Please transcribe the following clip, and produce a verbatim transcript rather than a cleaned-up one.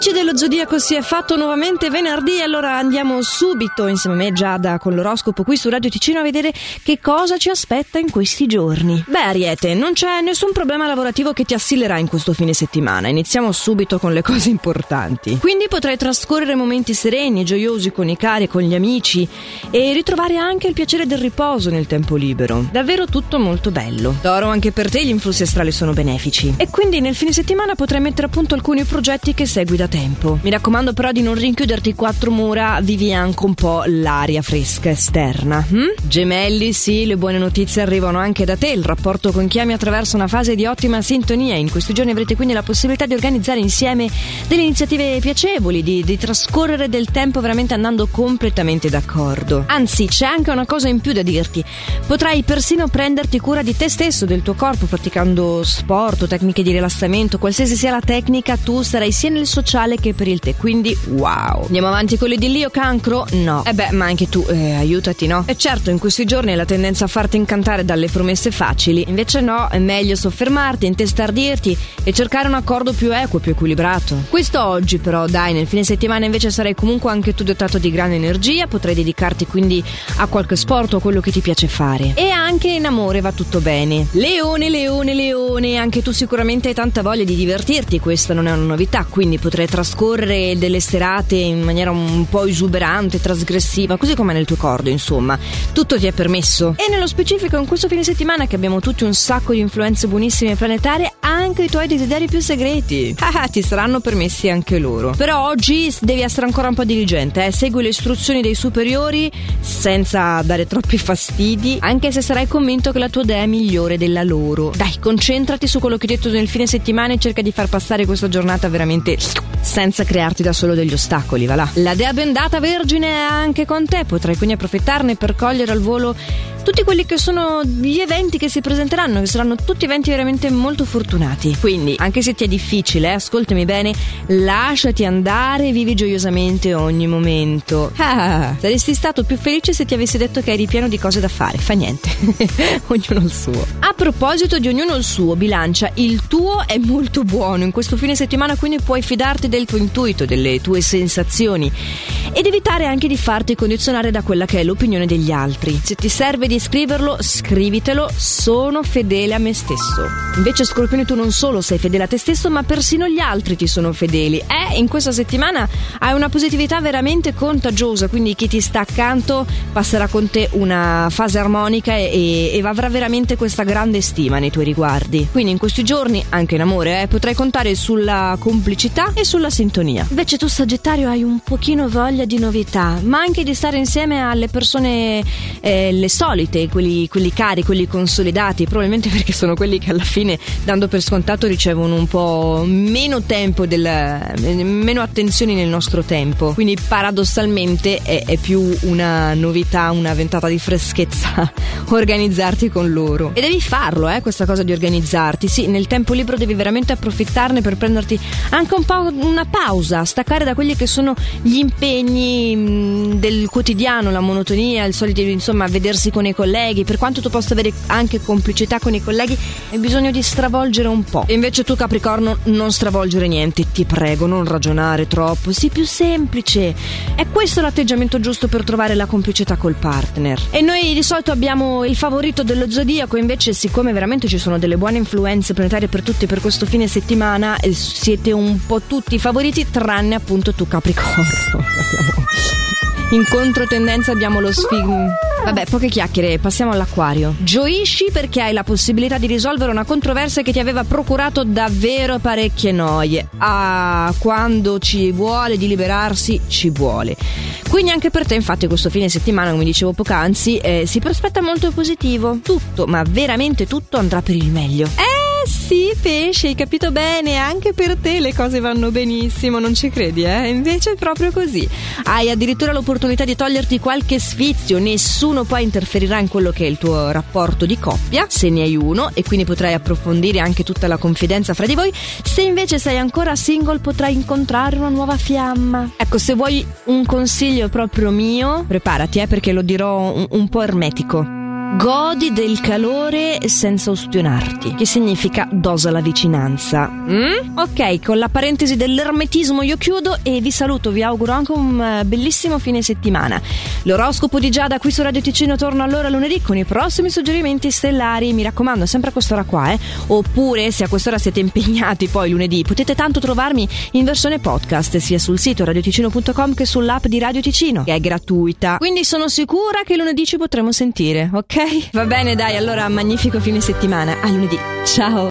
Amici dello Zodiaco, si è fatto nuovamente venerdì, allora andiamo subito insieme a me, Giada, con l'oroscopo qui su Radio Ticino a vedere che cosa ci aspetta in questi giorni. Beh, Ariete, non c'è nessun problema lavorativo che ti assillerà in questo fine settimana. Iniziamo subito con le cose importanti. Quindi potrai trascorrere momenti sereni e gioiosi con i cari e con gli amici e ritrovare anche il piacere del riposo nel tempo libero. Davvero tutto molto bello. Toro, anche per te gli influssi astrali sono benefici e quindi nel fine settimana potrai mettere a punto alcuni progetti che segui da tempo. Mi raccomando però di non rinchiuderti quattro mura, vivi anche un po' l'aria fresca esterna. Hm? Gemelli, sì, le buone notizie arrivano anche da te. Il rapporto con chi ami attraversa una fase di ottima sintonia. In questi giorni avrete quindi la possibilità di organizzare insieme delle iniziative piacevoli, di, di trascorrere del tempo veramente andando completamente d'accordo. Anzi, c'è anche una cosa in più da dirti. Potrai persino prenderti cura di te stesso, del tuo corpo, praticando sport o tecniche di rilassamento. Qualsiasi sia la tecnica, tu sarai sia nel sociale che per il te, quindi wow. Andiamo avanti con l'idillio. Cancro? No. E eh beh, ma anche tu, eh, aiutati, no? E certo, in questi giorni hai la tendenza a farti incantare dalle promesse facili, invece no, è meglio soffermarti, intestardirti e cercare un accordo più equo, più equilibrato. Questo oggi però, dai, nel fine settimana invece sarai comunque anche tu dotato di grande energia, potrai dedicarti quindi a qualche sport o a quello che ti piace fare. E anche in amore va tutto bene. Leone, leone, leone, anche tu sicuramente hai tanta voglia di divertirti, questa non è una novità, quindi potrai trascorrere delle serate in maniera un po' esuberante, trasgressiva, così come nel tuo cordo, insomma. Tutto ti è permesso. E nello specifico in questo fine settimana, che abbiamo tutti un sacco di influenze buonissime planetarie, anche i tuoi desideri più segreti ah, ti saranno permessi anche loro. Però oggi devi essere ancora un po' diligente, eh? Segui le istruzioni dei superiori senza dare troppi fastidi, anche se sarai convinto che la tua idea è migliore della loro. Dai, concentrati su quello che hai detto nel fine settimana e cerca di far passare questa giornata veramente senza crearti da solo degli ostacoli, va là. La dea bendata Vergine è anche con te, potrai quindi approfittarne per cogliere al volo tutti quelli che sono gli eventi che si presenteranno, che saranno tutti eventi veramente molto fortunati. Quindi, anche se ti è difficile, eh, ascoltami bene, lasciati andare e vivi gioiosamente ogni momento. Ah, saresti stato più felice se ti avessi detto che eri pieno di cose da fare. Fa niente, ognuno il suo. A proposito di ognuno il suo, Bilancia, il tuo è molto buono in questo fine settimana, quindi puoi fidarti del tuo intuito, delle tue sensazioni ed evitare anche di farti condizionare da quella che è l'opinione degli altri. Se ti serve di scriverlo, scrivitelo: sono fedele a me stesso. Invece Scorpione, tu non solo sei fedele a te stesso, ma persino gli altri ti sono fedeli. E in questa settimana hai una positività veramente contagiosa, quindi chi ti sta accanto passerà con te una fase armonica e, e avrà veramente questa grande stima nei tuoi riguardi. Quindi in questi giorni, anche in amore, eh, potrai contare sulla complicità e sulla sintonia. Invece tu, Sagittario, hai un pochino voglia di novità, ma anche di stare insieme alle persone eh, le solite, quelli, quelli cari, quelli consolidati, probabilmente perché sono quelli che alla fine, dando per scontato, ricevono un po' meno tempo, del, meno attenzioni nel nostro tempo. Quindi paradossalmente è, è più una novità, una ventata di freschezza organizzarti con loro. E devi farlo, eh, questa cosa di organizzarti. Sì, nel tempo libero devi veramente approfittarne per prenderti anche un po' una pausa, staccare da quelli che sono gli impegni mh, del quotidiano, la monotonia, il solito, insomma, vedersi con i colleghi. Per quanto tu possa avere anche complicità con i colleghi, hai bisogno di stravolgere un po'. E invece tu, Capricorno, non stravolgere niente, ti prego, non ragionare troppo, sii più semplice. È questo l'atteggiamento giusto per trovare la complicità col partner. E noi di solito abbiamo il favorito dello zodiaco, invece siccome veramente ci sono delle buone influenze planetarie per tutti per questo fine settimana, siete un po' tutti i favoriti, tranne appunto tu, Capricorno. In controtendenza abbiamo lo Sfigm. Vabbè, poche chiacchiere, passiamo all'Acquario. Gioisci perché hai la possibilità di risolvere una controversia che ti aveva procurato davvero parecchie noie. Ah, quando ci vuole di liberarsi, ci vuole. Quindi anche per te, infatti, questo fine settimana, come dicevo poc'anzi, eh, si prospetta molto positivo. Tutto, ma veramente tutto andrà per il meglio. Eh! Sì, pesce, hai capito bene, anche per te le cose vanno benissimo, non ci credi, eh? Invece è proprio così. Hai addirittura l'opportunità di toglierti qualche sfizio, nessuno poi interferirà in quello che è il tuo rapporto di coppia, se ne hai uno, e quindi potrai approfondire anche tutta la confidenza fra di voi. Se invece sei ancora single, potrai incontrare una nuova fiamma. Ecco, se vuoi un consiglio proprio mio, preparati, eh, perché lo dirò un, un po' ermetico. Godi del calore senza ustionarti, che significa dosa la vicinanza. Mm? Ok, con la parentesi dell'ermetismo io chiudo e vi saluto, vi auguro anche un bellissimo fine settimana. L'oroscopo di Giada qui su Radio Ticino torna allora lunedì con i prossimi suggerimenti stellari, mi raccomando sempre a quest'ora qua, eh? Oppure se a quest'ora siete impegnati poi lunedì potete tanto trovarmi in versione podcast sia sul sito radioticino punto com che sull'app di Radio Ticino, che è gratuita, quindi sono sicura che lunedì ci potremo sentire, ok? Va bene, dai, allora magnifico fine settimana, a lunedì, ciao!